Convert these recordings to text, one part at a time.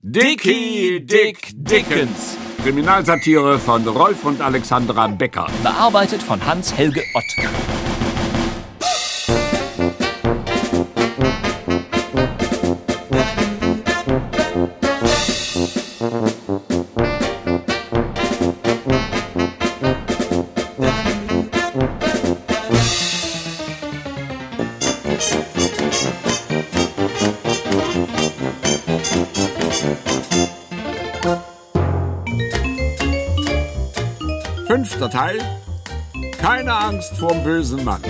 Dickie Dick Dickens. Kriminalsatire von Rolf und Alexandra Becker. Bearbeitet von Hans-Helge Ott. Fünfter Teil. Keine Angst vorm bösen Mann.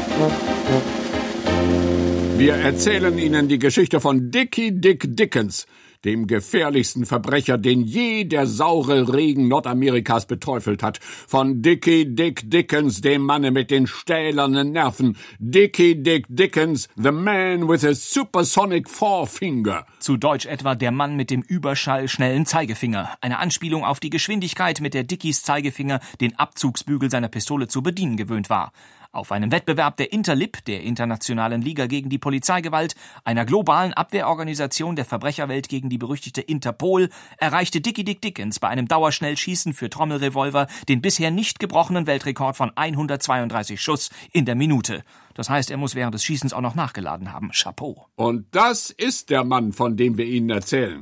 Wir erzählen Ihnen die Geschichte von Dickie Dick Dickens, dem gefährlichsten Verbrecher, den je der saure Regen Nordamerikas beteufelt hat. Von Dickie Dick Dickens, dem Manne mit den stählernen Nerven. Dickie Dick Dickens, the man with a supersonic forefinger. Zu Deutsch etwa der Mann mit dem überschallschnellen Zeigefinger. Eine Anspielung auf die Geschwindigkeit, mit der Dickies Zeigefinger den Abzugsbügel seiner Pistole zu bedienen gewöhnt war. Auf einem Wettbewerb der Interlib, der Internationalen Liga gegen die Polizeigewalt, einer globalen Abwehrorganisation der Verbrecherwelt gegen die berüchtigte Interpol, erreichte Dickie Dick Dickens bei einem Dauerschnellschießen für Trommelrevolver den bisher nicht gebrochenen Weltrekord von 132 Schuss in der Minute. Das heißt, er muss während des Schießens auch noch nachgeladen haben. Chapeau. Und das ist der Mann, von dem wir Ihnen erzählen.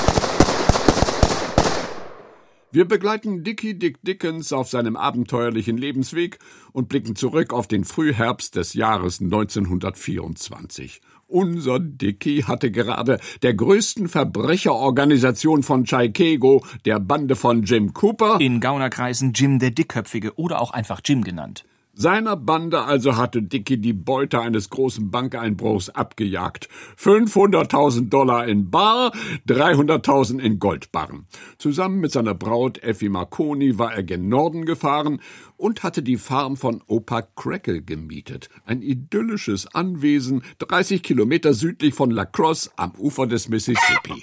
Wir begleiten Dickie Dick Dickens auf seinem abenteuerlichen Lebensweg und blicken zurück auf den Frühherbst des Jahres 1924. Unser Dickie hatte gerade der größten Verbrecherorganisation von Chicago, der Bande von Jim Cooper, in Gaunerkreisen Jim der Dickköpfige oder auch einfach Jim genannt. Seiner Bande also hatte Dickie die Beute eines großen Bankeinbruchs abgejagt. 500.000 Dollar in Bar, 300.000 in Goldbarren. Zusammen mit seiner Braut Effie Marconi war er gen Norden gefahren und hatte die Farm von Opa Crackle gemietet. Ein idyllisches Anwesen, 30 Kilometer südlich von La Crosse am Ufer des Mississippi.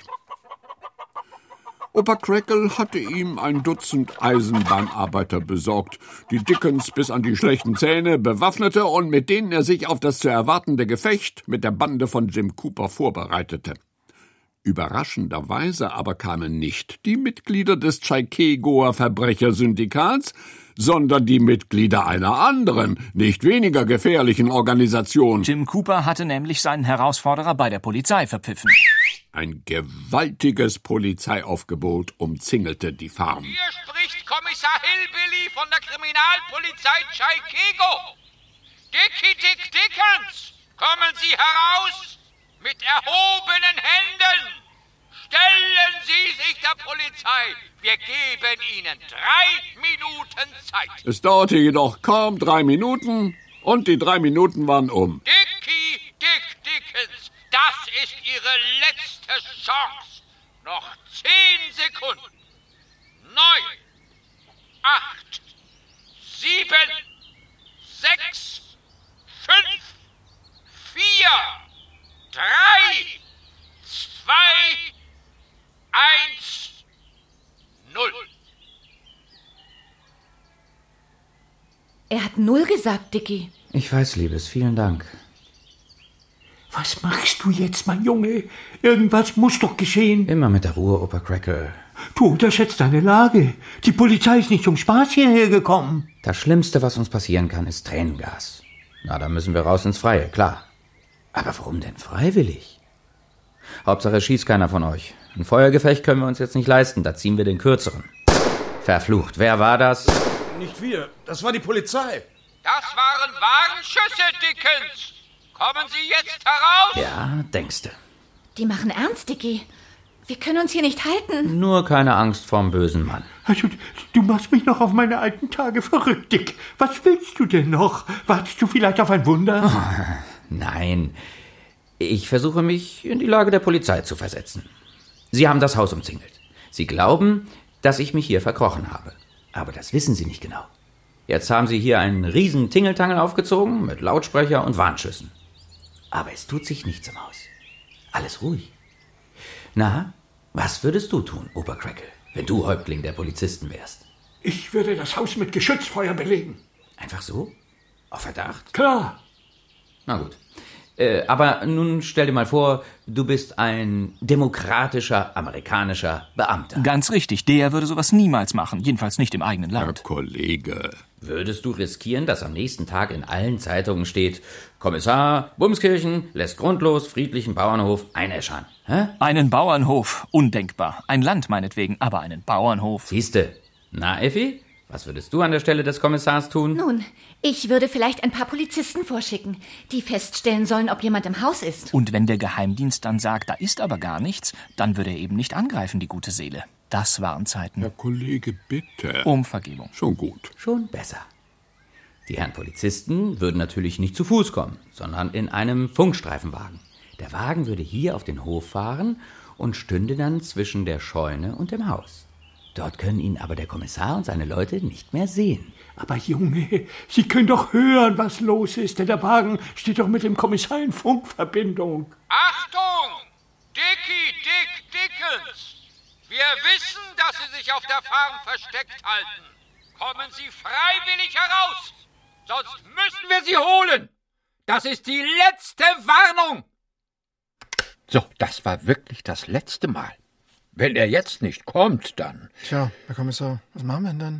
Opa Crackle hatte ihm ein Dutzend Eisenbahnarbeiter besorgt, die Dickens bis an die schlechten Zähne bewaffnete und mit denen er sich auf das zu erwartende Gefecht mit der Bande von Jim Cooper vorbereitete. Überraschenderweise aber kamen nicht die Mitglieder des Chicagoer Verbrechersyndikats, sondern die Mitglieder einer anderen, nicht weniger gefährlichen Organisation. Jim Cooper hatte nämlich seinen Herausforderer bei der Polizei verpfiffen. Ein gewaltiges Polizeiaufgebot umzingelte die Farm. Hier spricht Kommissar Hillbilly von der Kriminalpolizei Chicago. Dickie Dick Dickens, kommen Sie heraus mit erhobenen Händen. Stellen Sie sich der Polizei. Wir geben Ihnen 3 Minuten Zeit. Es dauerte jedoch kaum 3 Minuten und die 3 Minuten waren um. Dickie Dick Dickens, das ist Ihre letzte Chance. Noch 10 Sekunden. 9, 8, 7, 6, 5, 4, 3, 2, 1, 0. Er hat 0 gesagt, Dickie. Ich weiß, Liebes, vielen Dank. Was machst du jetzt, mein Junge? Irgendwas muss doch geschehen. Immer mit der Ruhe, Opa Crackle. Du unterschätzt deine Lage. Die Polizei ist nicht zum Spaß hierher gekommen. Das Schlimmste, was uns passieren kann, ist Tränengas. Na, da müssen wir raus ins Freie, klar. Aber warum denn freiwillig? Hauptsache schießt keiner von euch. Ein Feuergefecht können wir uns jetzt nicht leisten, da ziehen wir den kürzeren. Verflucht, wer war das? Nicht wir, das war die Polizei. Das waren Warnschüsse, Dickens. Kommen Sie jetzt heraus? Ja, denkste. Die machen ernst, Dickie. Wir können uns hier nicht halten. Nur keine Angst vorm bösen Mann. Also, du machst mich noch auf meine alten Tage verrückt, Dick. Was willst du denn noch? Wartest du vielleicht auf ein Wunder? Oh, nein. Ich versuche mich in die Lage der Polizei zu versetzen. Sie haben das Haus umzingelt. Sie glauben, dass ich mich hier verkrochen habe. Aber das wissen Sie nicht genau. Jetzt haben Sie hier einen riesen Tingeltangel aufgezogen mit Lautsprecher und Warnschüssen. Aber es tut sich nichts im Haus. Alles ruhig. Na, was würdest du tun, Opa Crackle, wenn du Häuptling der Polizisten wärst? Ich würde das Haus mit Geschützfeuer belegen. Einfach so? Auf Verdacht? Klar. Na gut. Aber nun stell dir mal vor, du bist ein demokratischer amerikanischer Beamter. Ganz richtig, der würde sowas niemals machen, jedenfalls nicht im eigenen Herr Land. Kollege. Würdest du riskieren, dass am nächsten Tag in allen Zeitungen steht, Kommissar Bumskirchen lässt grundlos friedlichen Bauernhof einäschern? Hä? Einen Bauernhof, undenkbar. Ein Land meinetwegen, aber einen Bauernhof. Siehste. Na, Effi, was würdest du an der Stelle des Kommissars tun? Nun, ich würde vielleicht ein paar Polizisten vorschicken, die feststellen sollen, ob jemand im Haus ist. Und wenn der Geheimdienst dann sagt, da ist aber gar nichts, dann würde er eben nicht angreifen, die gute Seele. Das waren Zeiten. Herr Kollege, bitte. Um Vergebung. Schon gut. Schon besser. Die Herren Polizisten würden natürlich nicht zu Fuß kommen, sondern in einem Funkstreifenwagen. Der Wagen würde hier auf den Hof fahren und stünde dann zwischen der Scheune und dem Haus. Dort können ihn aber der Kommissar und seine Leute nicht mehr sehen. Aber Junge, Sie können doch hören, was los ist, denn der Wagen steht doch mit dem Kommissar in Funkverbindung. Achtung! Dickie Dick Dickens! Wir wissen, dass Sie sich auf der Farm versteckt halten. Kommen Sie freiwillig heraus, sonst müssen wir Sie holen. Das ist die letzte Warnung. So, das war wirklich das letzte Mal. Wenn er jetzt nicht kommt, dann... Tja, Herr Kommissar, was machen wir denn dann?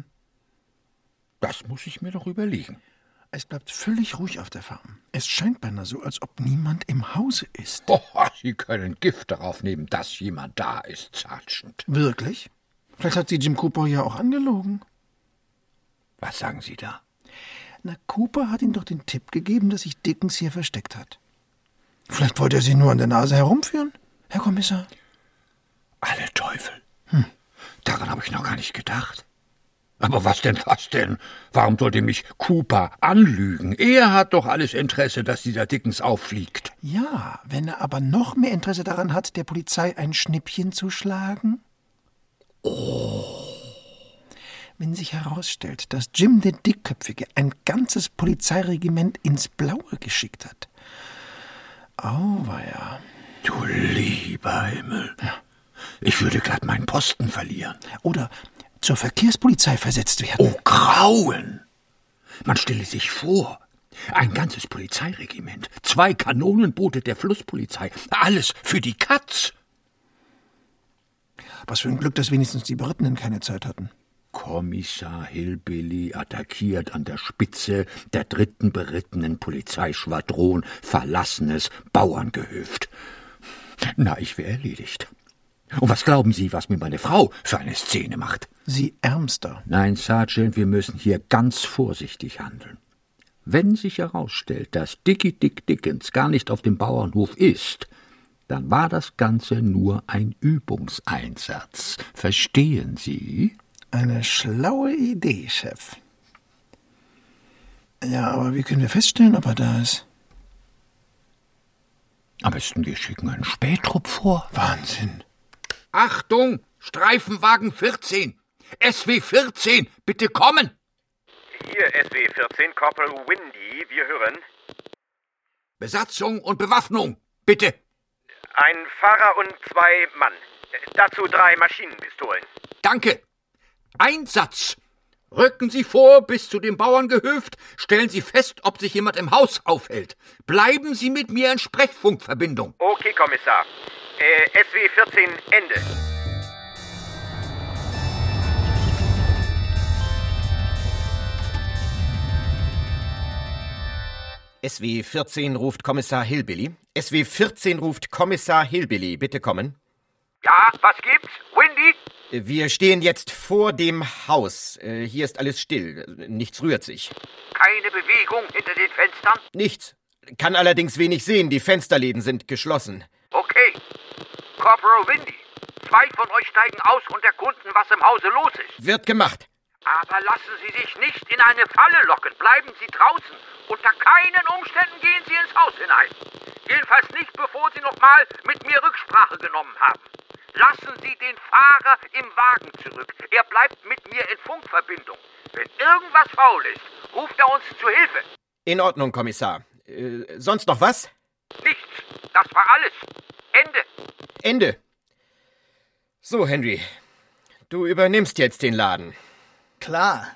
Das muss ich mir doch überlegen. Es bleibt völlig ruhig auf der Farm. Es scheint beinahe so, als ob niemand im Hause ist. Oh, Sie können Gift darauf nehmen, dass jemand da ist, Sergeant. Wirklich? Vielleicht hat Sie Jim Cooper ja auch angelogen. Was sagen Sie da? Na, Cooper hat ihm doch den Tipp gegeben, dass sich Dickens hier versteckt hat. Vielleicht wollte er Sie nur an der Nase herumführen, Herr Kommissar? Alle Teufel. Daran habe ich noch gar nicht gedacht. Aber was denn? Warum sollte mich Cooper anlügen? Er hat doch alles Interesse, dass dieser Dickens auffliegt. Ja, wenn er aber noch mehr Interesse daran hat, der Polizei ein Schnippchen zu schlagen? Wenn sich herausstellt, dass Jim der Dickköpfige ein ganzes Polizeiregiment ins Blaue geschickt hat. Auweia. Du lieber Himmel. Ja. Ich würde glatt meinen Posten verlieren. Oder zur Verkehrspolizei versetzt werden. Oh, Grauen! Man stelle sich vor, ein ganzes Polizeiregiment, 2 Kanonenboote der Flusspolizei, alles für die Katz. Was für ein Glück, dass wenigstens die Berittenen keine Zeit hatten. Kommissar Hillbilly attackiert an der Spitze der 3. berittenen Polizeischwadron verlassenes Bauerngehöft. Na, ich wäre erledigt. Und was glauben Sie, was mir meine Frau für eine Szene macht? Sie Ärmster. Nein, Sergeant, wir müssen hier ganz vorsichtig handeln. Wenn sich herausstellt, dass Dickie Dick Dickens gar nicht auf dem Bauernhof ist, dann war das Ganze nur ein Übungseinsatz. Verstehen Sie? Eine schlaue Idee, Chef. Ja, aber wie können wir feststellen, ob er da ist? Am besten wir schicken einen Spähtrupp vor. Wahnsinn. Achtung, Streifenwagen 14, SW 14, bitte kommen. Hier SW 14, Corporal Windy, wir hören. Besatzung und Bewaffnung, bitte. Ein Fahrer und 2 Mann. Dazu 3 Maschinenpistolen. Danke. Einsatz. Rücken Sie vor bis zu dem Bauerngehöft, stellen Sie fest, ob sich jemand im Haus aufhält. Bleiben Sie mit mir in Sprechfunkverbindung. Okay, Kommissar. SW 14, Ende. SW 14 ruft Kommissar Hillbilly. SW 14 ruft Kommissar Hillbilly. Bitte kommen. Ja, was gibt's? Windy? Wir stehen jetzt vor dem Haus. Hier ist alles still. Nichts rührt sich. Keine Bewegung hinter den Fenstern? Nichts. Kann allerdings wenig sehen. Die Fensterläden sind geschlossen. Okay. Corporal Windy, 2 von euch steigen aus und erkunden, was im Hause los ist. Wird gemacht. Aber lassen Sie sich nicht in eine Falle locken. Bleiben Sie draußen. Unter keinen Umständen gehen Sie ins Haus hinein. Jedenfalls nicht, bevor Sie nochmal mit mir Rücksprache genommen haben. Lassen Sie den Fahrer im Wagen zurück. Er bleibt mit mir in Funkverbindung. Wenn irgendwas faul ist, ruft er uns zu Hilfe. In Ordnung, Kommissar. Sonst noch was? Nichts. Das war alles. Ende. Ende. So, Henry. Du übernimmst jetzt den Laden. Klar.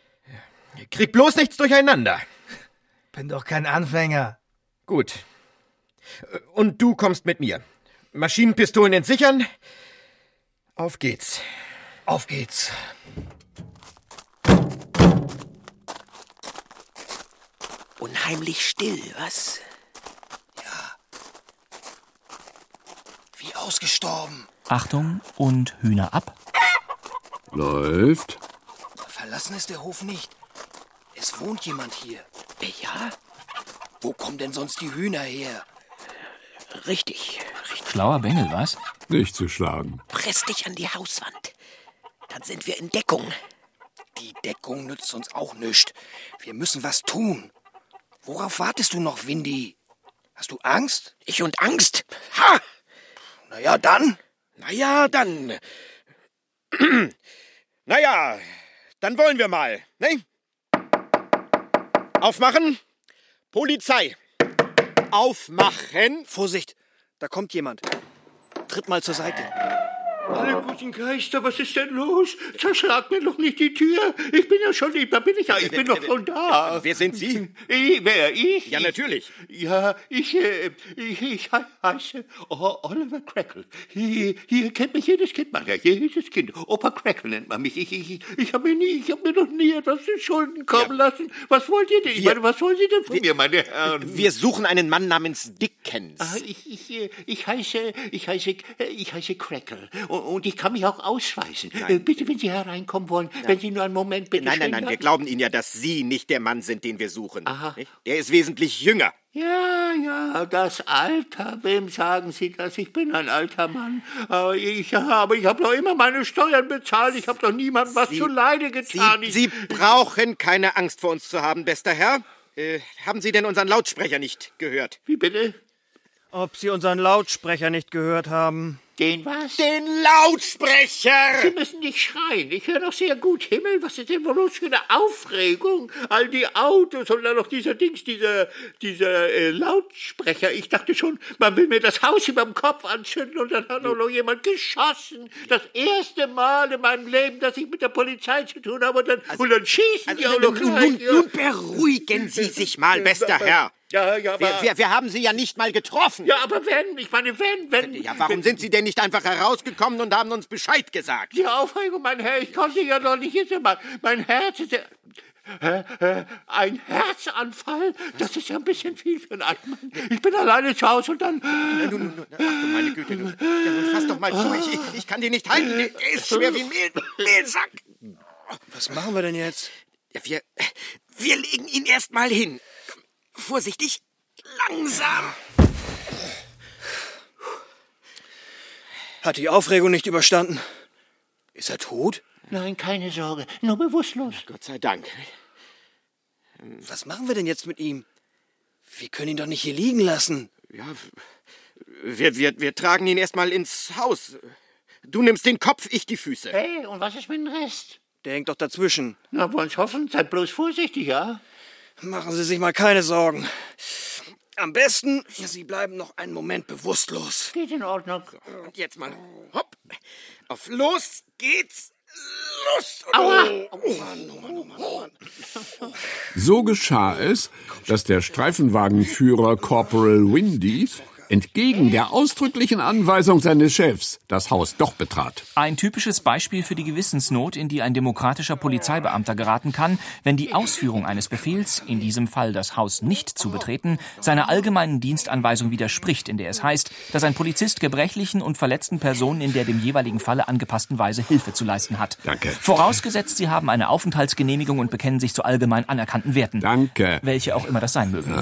Krieg bloß nichts durcheinander. Bin doch kein Anfänger. Gut. Und du kommst mit mir. Maschinenpistolen entsichern. Auf geht's. Auf geht's. Unheimlich still, was? Ja. Wie ausgestorben. Achtung und Hühner ab. Läuft. Verlassen ist der Hof nicht. Es wohnt jemand hier. Ja? Wo kommen denn sonst die Hühner her? Richtig. Schlauer Bengel, was? Nicht zu schlagen. Press dich an die Hauswand. Dann sind wir in Deckung. Die Deckung nützt uns auch nichts. Wir müssen was tun. Worauf wartest du noch, Windy? Hast du Angst? Ich und Angst? Ha! Na dann. Naja, dann wollen wir mal, ne? Aufmachen. Polizei. Aufmachen. Vorsicht, da kommt jemand. Tritt mal zur Seite. Alle guten Geister, was ist denn los? Zerschlag mir doch nicht die Tür. Ich bin ja schon da bin ich ja. Ich bin doch schon da. Wer sind Sie? Wer, ich? Ja, natürlich. Ja, ich heiße Oliver Crackle. Hier kennt mich jedes Kind, Mann. Jedes Kind. Opa Crackle nennt man mich. Ich habe mir doch nie etwas zu Schulden kommen lassen. Was wollt ihr denn? Ich meine, was wollen Sie denn von mir, meine Herren? Wir suchen einen Mann namens Dickens. Ich heiße Crackle. Und ich kann mich auch ausweisen. Bitte, wenn Sie hereinkommen wollen, wenn Sie nur einen Moment bitte. Nein, wir glauben Ihnen ja, dass Sie nicht der Mann sind, den wir suchen. Aha. Der ist wesentlich jünger. Ja, das Alter. Wem sagen Sie das? Ich bin ein alter Mann. Aber ich habe doch immer meine Steuern bezahlt. Ich habe doch niemandem was zuleide getan. Sie brauchen keine Angst vor uns zu haben, bester Herr. Haben Sie denn unseren Lautsprecher nicht gehört? Wie bitte? Ob Sie unseren Lautsprecher nicht gehört haben? Den was? Den Lautsprecher! Sie müssen nicht schreien. Ich höre doch sehr gut. Himmel, was ist denn wohl los für eine Aufregung? All die Autos und dann noch dieser Lautsprecher. Ich dachte schon, man will mir das Haus über dem Kopf anzünden und dann hat noch jemand geschossen. Das erste Mal in meinem Leben, dass ich mit der Polizei zu tun habe und dann schießen die auch noch gleich. Nun beruhigen Sie sich mal, bester Herr. Ja, aber... Wir haben Sie ja nicht mal getroffen. Ja, aber wenn... Ja, warum sind Sie denn nicht einfach herausgekommen und haben uns Bescheid gesagt? Die Aufregung, mein Herr, ich konnte ja noch nicht jetzt mal. Mein Herz ist ja... Ein Herzanfall? Das ist ja ein bisschen viel für einen alten Mann. Ich bin alleine zu Hause und dann... Ach du meine Güte, nun fass doch mal zu. Ich kann die nicht halten. Der ist schwer wie ein Mehlsack. Was machen wir denn jetzt? Ja, wir legen ihn erst mal hin. Vorsichtig, langsam. Hat die Aufregung nicht überstanden? Ist er tot? Nein, keine Sorge, nur bewusstlos. Gott sei Dank. Was machen wir denn jetzt mit ihm? Wir können ihn doch nicht hier liegen lassen. Ja, wir tragen ihn erstmal ins Haus. Du nimmst den Kopf, ich die Füße. Hey, und was ist mit dem Rest? Der hängt doch dazwischen. Na, wollen Sie hoffen? Seid bloß vorsichtig, ja? Machen Sie sich mal keine Sorgen. Am besten, Sie bleiben noch einen Moment bewusstlos. Geht in Ordnung. Und jetzt mal, hopp, auf los geht's. Los! Aua! Mann. So geschah es, dass der Streifenwagenführer Corporal Windy entgegen der ausdrücklichen Anweisung seines Chefs das Haus doch betrat. Ein typisches Beispiel für die Gewissensnot, in die ein demokratischer Polizeibeamter geraten kann, wenn die Ausführung eines Befehls, in diesem Fall das Haus nicht zu betreten, seiner allgemeinen Dienstanweisung widerspricht, in der es heißt, dass ein Polizist gebrechlichen und verletzten Personen in der dem jeweiligen Falle angepassten Weise Hilfe zu leisten hat. Danke. Vorausgesetzt, sie haben eine Aufenthaltsgenehmigung und bekennen sich zu allgemein anerkannten Werten. Danke. Welche auch immer das sein mögen.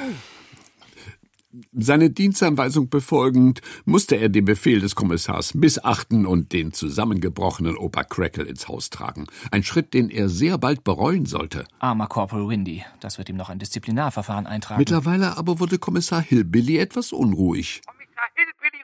Seine Dienstanweisung befolgend, musste er den Befehl des Kommissars missachten und den zusammengebrochenen Opa Crackle ins Haus tragen. Ein Schritt, den er sehr bald bereuen sollte. Armer Corporal Windy, das wird ihm noch ein Disziplinarverfahren eintragen. Mittlerweile aber wurde Kommissar Hillbilly etwas unruhig. Kommissar Hillbilly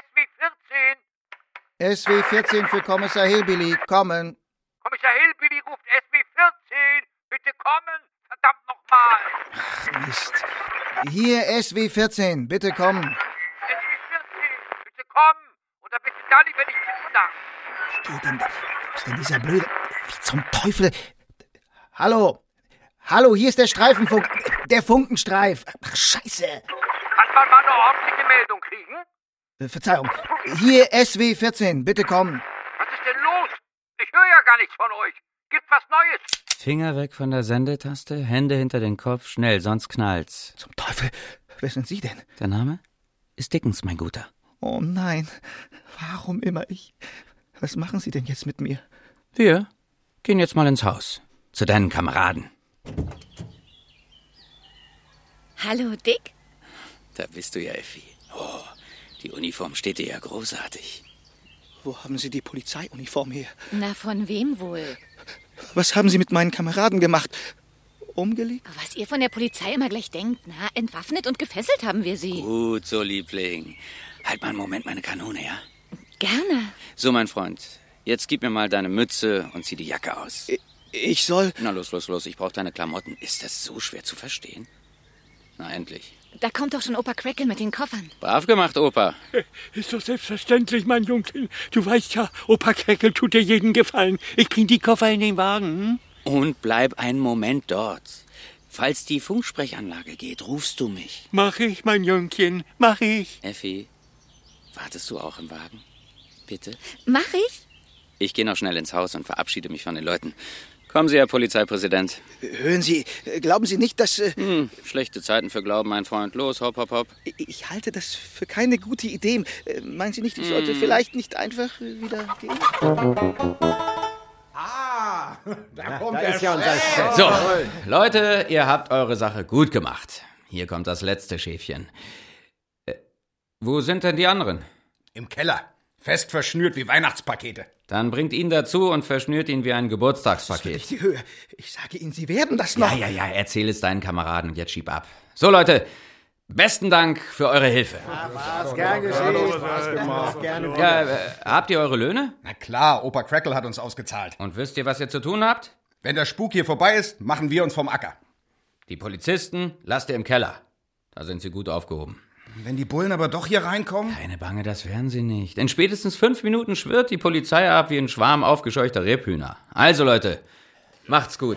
ruft SW 14. SW 14 für Kommissar Hillbilly, kommen. Kommissar Hillbilly ruft SW 14. Bitte kommen. Verdammt nochmal. Ach, Mist. Hier SW 14, bitte kommen. SW 14, bitte kommen. Oder bitte Dalli, wenn ich bin da. Was ist denn dieser blöde... Wie zum Teufel... Hallo, hier ist der Streifenfunk... Der Funkenstreif. Ach, Scheiße. Kann man mal eine schriftliche Meldung kriegen? Verzeihung. Hier SW 14, bitte kommen. Was ist denn los? Ich höre ja gar nichts von euch. Gibt was Neues? Finger weg von der Sendetaste, Hände hinter den Kopf, schnell, sonst knallt's. Zum Teufel, wer sind Sie denn? Der Name ist Dickens, mein Guter. Oh nein, warum immer ich? Was machen Sie denn jetzt mit mir? Wir gehen jetzt mal ins Haus, zu deinen Kameraden. Hallo, Dick. Da bist du ja, Effi. Oh, die Uniform steht dir ja großartig. Wo haben Sie die Polizeiuniform her? Na, von wem wohl? Was haben Sie mit meinen Kameraden gemacht? Umgelegt? Was ihr von der Polizei immer gleich denkt, na, entwaffnet und gefesselt haben wir sie. Gut so, Liebling. Halt mal einen Moment meine Kanone, ja? Gerne. So, mein Freund, jetzt gib mir mal deine Mütze und zieh die Jacke aus. Ich soll... Na, los, ich brauch deine Klamotten. Ist das so schwer zu verstehen? Na, endlich. Da kommt doch schon Opa Crackle mit den Koffern. Brav gemacht, Opa. Ist doch selbstverständlich, mein Jungchen. Du weißt ja, Opa Crackle tut dir jeden Gefallen. Ich bring die Koffer in den Wagen. Und bleib einen Moment dort. Falls die Funksprechanlage geht, rufst du mich. Mach ich, mein Jungchen, mach ich. Effi, wartest du auch im Wagen? Bitte? Mach ich? Ich gehe noch schnell ins Haus und verabschiede mich von den Leuten. Kommen Sie, Herr Polizeipräsident. Hören Sie, glauben Sie nicht, dass... Schlechte Zeiten für Glauben, mein Freund. Los, hopp, hopp, hopp. Ich halte das für keine gute Idee. Meinen Sie nicht, ich sollte vielleicht nicht einfach wieder gehen? Da kommt da der ist ja unser Chef. So, Leute, ihr habt eure Sache gut gemacht. Hier kommt das letzte Schäfchen. Wo sind denn die anderen? Im Keller. Fest verschnürt wie Weihnachtspakete. Dann bringt ihn dazu und verschnürt ihn wie ein Geburtstagspaket. Ich die Höhe. Ich sage Ihnen, Sie werden das noch... Ja, erzähl es deinen Kameraden und jetzt schieb ab. So, Leute, besten Dank für eure Hilfe. Was gern geschehen. Ja, habt ihr eure Löhne? Na klar, Opa Crackle hat uns ausgezahlt. Und wisst ihr, was ihr zu tun habt? Wenn der Spuk hier vorbei ist, machen wir uns vom Acker. Die Polizisten lasst ihr im Keller. Da sind sie gut aufgehoben. Wenn die Bullen aber doch hier reinkommen? Keine Bange, das werden sie nicht. In spätestens 5 Minuten schwirrt die Polizei ab wie ein Schwarm aufgescheuchter Rebhühner. Also, Leute, macht's gut.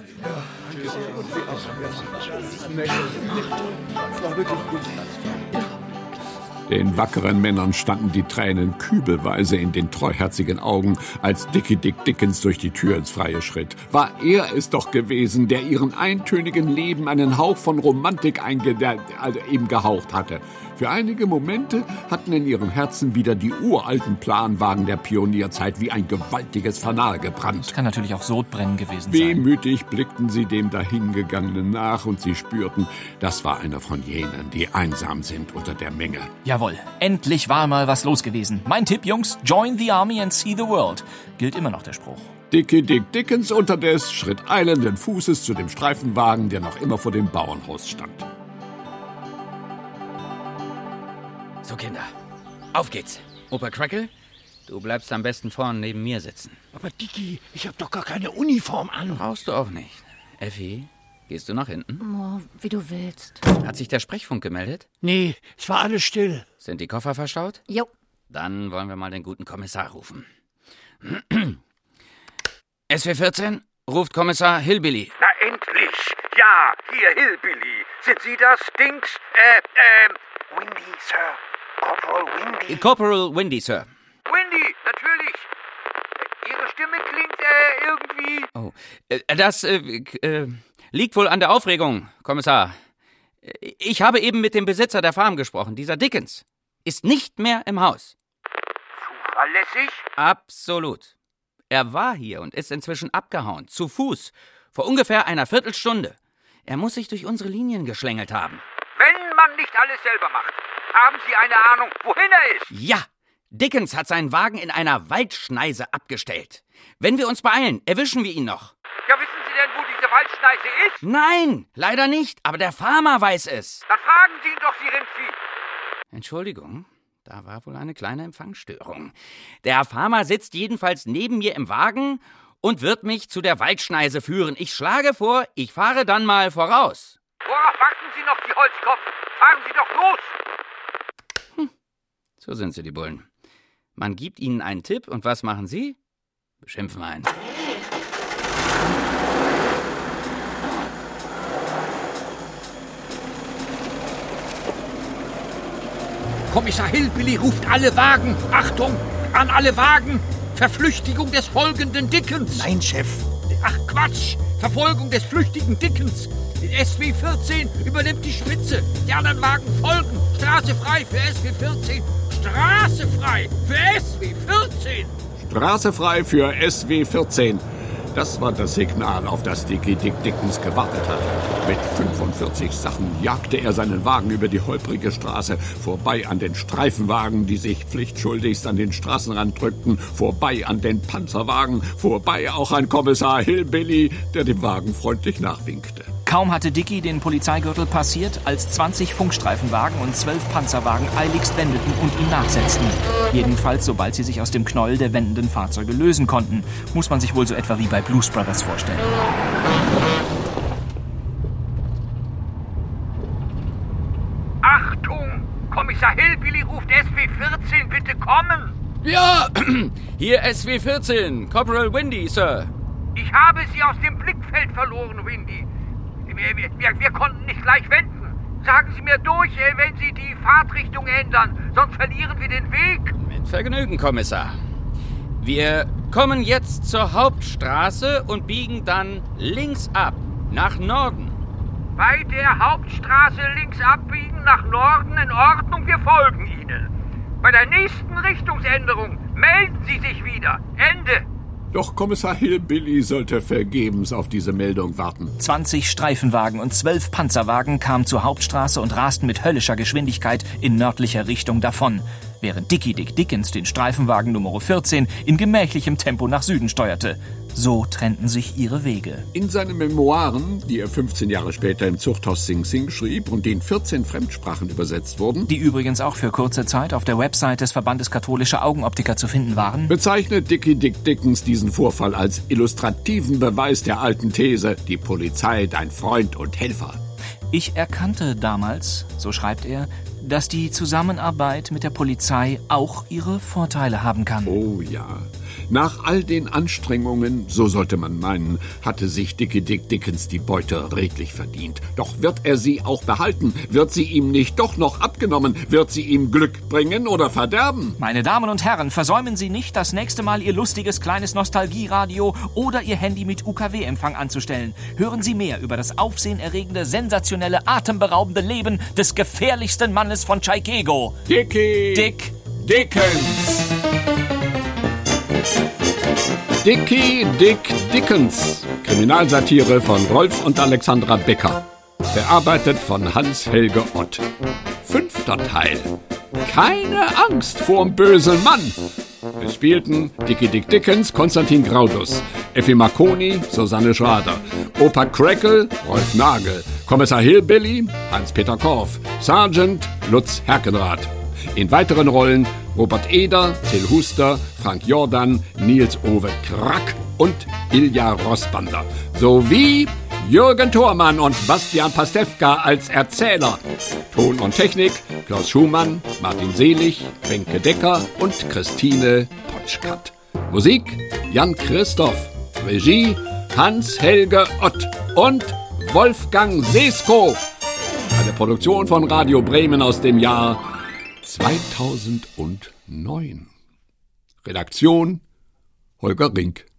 Den wackeren Männern standen die Tränen kübelweise in den treuherzigen Augen, als Dickie Dick Dickens durch die Tür ins Freie schritt. War er es doch gewesen, der ihren eintönigen Leben einen Hauch von Romantik eben gehaucht hatte. Für einige Momente hatten in ihrem Herzen wieder die uralten Planwagen der Pionierzeit wie ein gewaltiges Fanal gebrannt. Das kann natürlich auch Sodbrennen gewesen sein. Wehmütig blickten sie dem Dahingegangenen nach und sie spürten, das war einer von jenen, die einsam sind unter der Menge. Jawohl, endlich war mal was los gewesen. Mein Tipp, Jungs, join the army and see the world. Gilt immer noch der Spruch. Dickie Dick Dickens unterdes schritt eilenden Fußes zu dem Streifenwagen, der noch immer vor dem Bauernhaus stand. So, Kinder, auf geht's. Opa Crackle, du bleibst am besten vorn neben mir sitzen. Aber Dickie, ich hab doch gar keine Uniform an. Brauchst du auch nicht. Effi, gehst du nach hinten? Oh, wie du willst. Hat sich der Sprechfunk gemeldet? Nee, es war alles still. Sind die Koffer verstaut? Jo. Dann wollen wir mal den guten Kommissar rufen. SW 14, ruft Kommissar Hillbilly. Na endlich. Ja, hier Hillbilly. Sind Sie das, Dings? Windy, Sir. Corporal Windy. Corporal Windy, Sir. Windy, natürlich. Ihre Stimme klingt irgendwie... Oh, das liegt wohl an der Aufregung, Kommissar. Ich habe eben mit dem Besitzer der Farm gesprochen. Dieser Dickens ist nicht mehr im Haus. Zuverlässig? Absolut. Er war hier und ist inzwischen abgehauen. Zu Fuß. Vor ungefähr einer Viertelstunde. Er muss sich durch unsere Linien geschlängelt haben. Wenn man nicht alles selber macht, haben Sie eine Ahnung, wohin er ist? Ja, Dickens hat seinen Wagen in einer Waldschneise abgestellt. Wenn wir uns beeilen, erwischen wir ihn noch. Ja, wissen Sie denn, wo diese Waldschneise ist? Nein, leider nicht, aber der Farmer weiß es. Dann fragen Sie ihn doch, Sie Rindvieh. Entschuldigung, da war wohl eine kleine Empfangsstörung. Der Farmer sitzt jedenfalls neben mir im Wagen und wird mich zu der Waldschneise führen. Ich schlage vor, ich fahre dann mal voraus. Worauf warten Sie noch, Sie Holzkopf? Fahren Sie doch los! So sind sie, die Bullen. Man gibt ihnen einen Tipp und was machen sie? Beschimpfen einen. Kommissar Hillbilly ruft alle Wagen. Achtung, an alle Wagen. Verflüchtigung des folgenden Dickens. Nein, Chef. Ach Quatsch, Verfolgung des flüchtigen Dickens. SW 14 übernimmt die Spitze. Die anderen Wagen folgen. Straße frei für SW 14. Straße frei für SW 14. Straße frei für SW 14. Das war das Signal, auf das Dickie Dick Dickens gewartet hatte. Mit 45 Sachen jagte er seinen Wagen über die holprige Straße, vorbei an den Streifenwagen, die sich pflichtschuldigst an den Straßenrand drückten, vorbei an den Panzerwagen, vorbei auch an Kommissar Hillbilly, der dem Wagen freundlich nachwinkte. Kaum hatte Dickie den Polizeigürtel passiert, als 20 Funkstreifenwagen und 12 Panzerwagen eiligst wendeten und ihm nachsetzten. Jedenfalls, sobald sie sich aus dem Knäuel der wendenden Fahrzeuge lösen konnten. Muss man sich wohl so etwa wie bei Blues Brothers vorstellen. Achtung! Kommissar Hillbilly ruft SW 14, bitte kommen! Ja, hier SW 14, Corporal Windy, Sir. Ich habe Sie aus dem Blickfeld verloren, Windy. Wir konnten nicht gleich wenden. Sagen Sie mir durch, wenn Sie die Fahrtrichtung ändern, sonst verlieren wir den Weg. Mit Vergnügen, Kommissar. Wir kommen jetzt zur Hauptstraße und biegen dann links ab, nach Norden. Bei der Hauptstraße links abbiegen, nach Norden, in Ordnung, wir folgen Ihnen. Bei der nächsten Richtungsänderung melden Sie sich wieder. Ende. Doch Kommissar Hillbilly sollte vergebens auf diese Meldung warten. 20 Streifenwagen und 12 Panzerwagen kamen zur Hauptstraße und rasten mit höllischer Geschwindigkeit in nördlicher Richtung davon, während Dickie Dick Dickens den Streifenwagen Nummer 14 in gemächlichem Tempo nach Süden steuerte. So trennten sich ihre Wege. In seinen Memoiren, die er 15 Jahre später im Zuchthaus Sing Sing schrieb und die in 14 Fremdsprachen übersetzt wurden, die übrigens auch für kurze Zeit auf der Website des Verbandes Katholischer Augenoptiker zu finden waren, bezeichnet Dickie Dick Dickens diesen Vorfall als illustrativen Beweis der alten These, die Polizei dein Freund und Helfer. Ich erkannte damals, so schreibt er, dass die Zusammenarbeit mit der Polizei auch ihre Vorteile haben kann. Oh ja. Nach all den Anstrengungen, so sollte man meinen, hatte sich Dickie Dick Dickens die Beute redlich verdient. Doch wird er sie auch behalten? Wird sie ihm nicht doch noch abgenommen? Wird sie ihm Glück bringen oder verderben? Meine Damen und Herren, versäumen Sie nicht, das nächste Mal Ihr lustiges kleines Nostalgieradio oder Ihr Handy mit UKW-Empfang anzustellen. Hören Sie mehr über das aufsehenerregende, sensationelle, atemberaubende Leben des gefährlichsten Mannes von Chicago. Dickie Dick Dickens. Dickie Dick Dickens. Kriminalsatire von Rolf und Alexandra Becker. Bearbeitet von Hans-Helge Ott. 5. Teil. Keine Angst vorm bösen Mann. Es spielten Dickie Dick Dickens, Konstantin Graudus, Effi Marconi, Susanne Schrader, Opa Crackle, Rolf Nagel, Kommissar Hillbilly, Hans-Peter Korff, Sergeant Lutz Herkenrath. In weiteren Rollen Robert Eder, Till Huster, Frank Jordan, Nils-Ove Krack und Ilja Rossbander. Sowie Jürgen Thormann und Bastian Pastewka als Erzähler. Ton und Technik Klaus Schumann, Martin Selig, Wenke Decker und Christine Potschkat. Musik Jan Christoph. Regie Hans-Helge Ott und Wolfgang Sesko. Eine Produktion von Radio Bremen aus dem Jahr 2009. Redaktion Holger Rink.